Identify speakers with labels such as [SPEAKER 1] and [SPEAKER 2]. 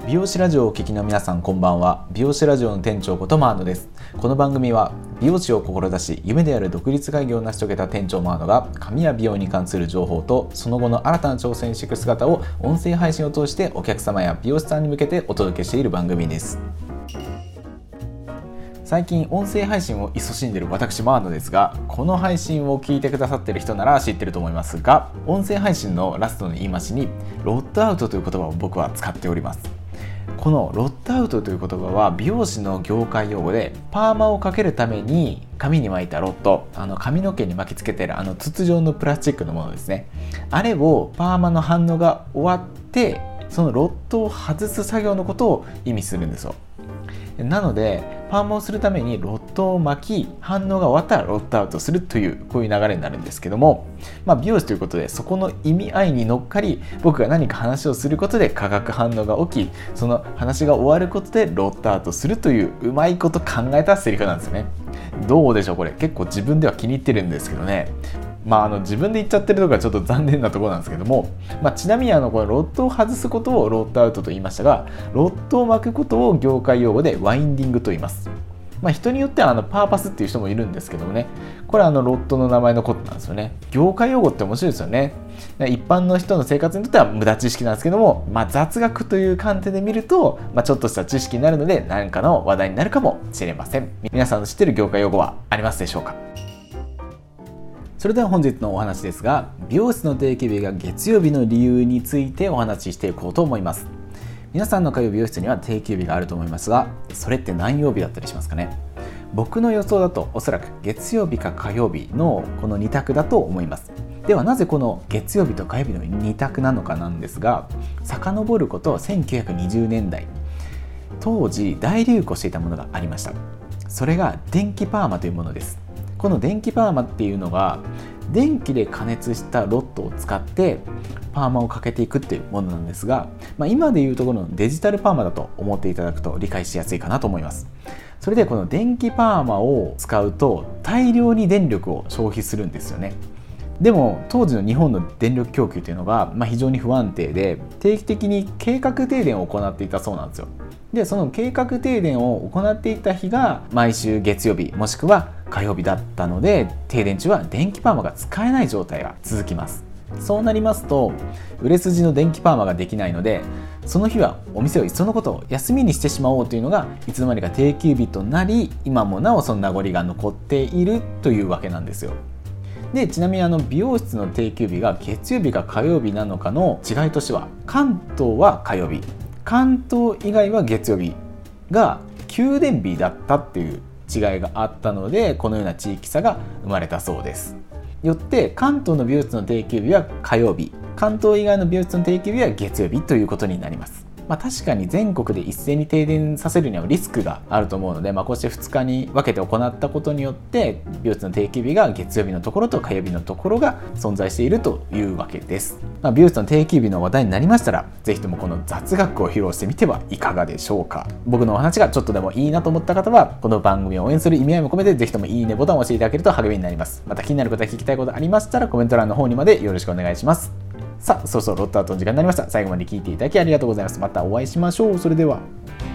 [SPEAKER 1] 美容師ラジオをお聞きの皆さんこんばんは。美容師ラジオの店長ことマーノです。この番組は美容師を志し夢である独立開業を成し遂げた店長マーノが髪や美容に関する情報とその後の新たな挑戦していく姿を音声配信を通してお客様や美容師さんに向けてお届けしている番組です。最近音声配信を勤しんでいる私マーノですが、この配信を聞いてくださっている人なら知っていると思いますが、音声配信のラストの言い回しにロッドアウトという言葉を僕は使っております。このロッドアウトという言葉は美容師の業界用語で、パーマをかけるために髪に巻いたロッド、髪の毛に巻きつけている筒状のプラスチックのものですね。あれをパーマの反応が終わってそのロッドを外す作業のことを意味するんですよ。なのでパーマをするためにロッドを巻き、反応が終わったらロッドアウトするというこういう流れになるんですけども、美容師ということでそこの意味合いに乗っかり、僕が何か話をすることで化学反応が起き、その話が終わることでロッドアウトするといううまいこと考えたセリフなんですよね。どうでしょう、これ結構自分では気に入ってるんですけどね。自分で言っちゃってるところがちょっと残念なところなんですけども、ちなみにこのロッドを外すことをロッドアウトと言いましたが、ロッドを巻くことを業界用語でワインディングと言います。人によってはパーパスっていう人もいるんですけどもね、これロッドの名前のことなんですよね。業界用語って面白いですよね。一般の人の生活にとっては無駄知識なんですけども、雑学という観点で見ると、ちょっとした知識になるので何かの話題になるかもしれません。皆さんの知っている業界用語はありますでしょうか。それでは本日のお話ですが、美容室の定休日が月曜日の理由についてお話ししていこうと思います。皆さんの通う美容室には定休日があると思いますが、それって何曜日だったりしますかね。僕の予想だとおそらく月曜日か火曜日のこの2択だと思います。ではなぜこの月曜日と火曜日の2択なのかなんですが、遡ること1920年代、当時大流行していたものがありました。それが電気パーマというものです。この電気パーマっていうのが電気で加熱したロッドを使ってパーマをかけていくっていうものなんですが、今でいうところのデジタルパーマだと思っていただくと理解しやすいかなと思います。それでこの電気パーマを使うと大量に電力を消費するんですよね。でも当時の日本の電力供給というのが非常に不安定で、定期的に計画停電を行っていたそうなんですよ。でその計画停電を行っていた日が毎週月曜日もしくは火曜日だったので、停電中は電気パーマが使えない状態が続きます。そうなりますと売れ筋の電気パーマができないので、その日はお店をいっそのことを休みにしてしまおうというのがいつの間にか定休日となり、今もなおその名残が残っているというわけなんですよ。でちなみに美容室の定休日が月曜日か火曜日なのかの違いとしては、関東は火曜日、関東以外は月曜日が休電日だったっていう違いがあったので、このような地域差が生まれたそうです。よって関東の美容室の定休日は火曜日、関東以外の美容室の定休日は月曜日ということになります。確かに全国で一斉に停電させるにはリスクがあると思うので、こうして2日に分けて行ったことによって美容室の定休日が月曜日のところと火曜日のところが存在しているというわけです。美容室の定休日の話題になりましたら、ぜひともこの雑学を披露してみてはいかがでしょうか。僕のお話がちょっとでもいいなと思った方は、この番組を応援する意味合いも込めてぜひともいいねボタンを押していただけると励みになります。また気になることや聞きたいことありましたらコメント欄の方にまでよろしくお願いします。さあ、そろそろロッドアウトの時間になりました。最後まで聞いていただきありがとうございます。またお会いしましょう。それでは。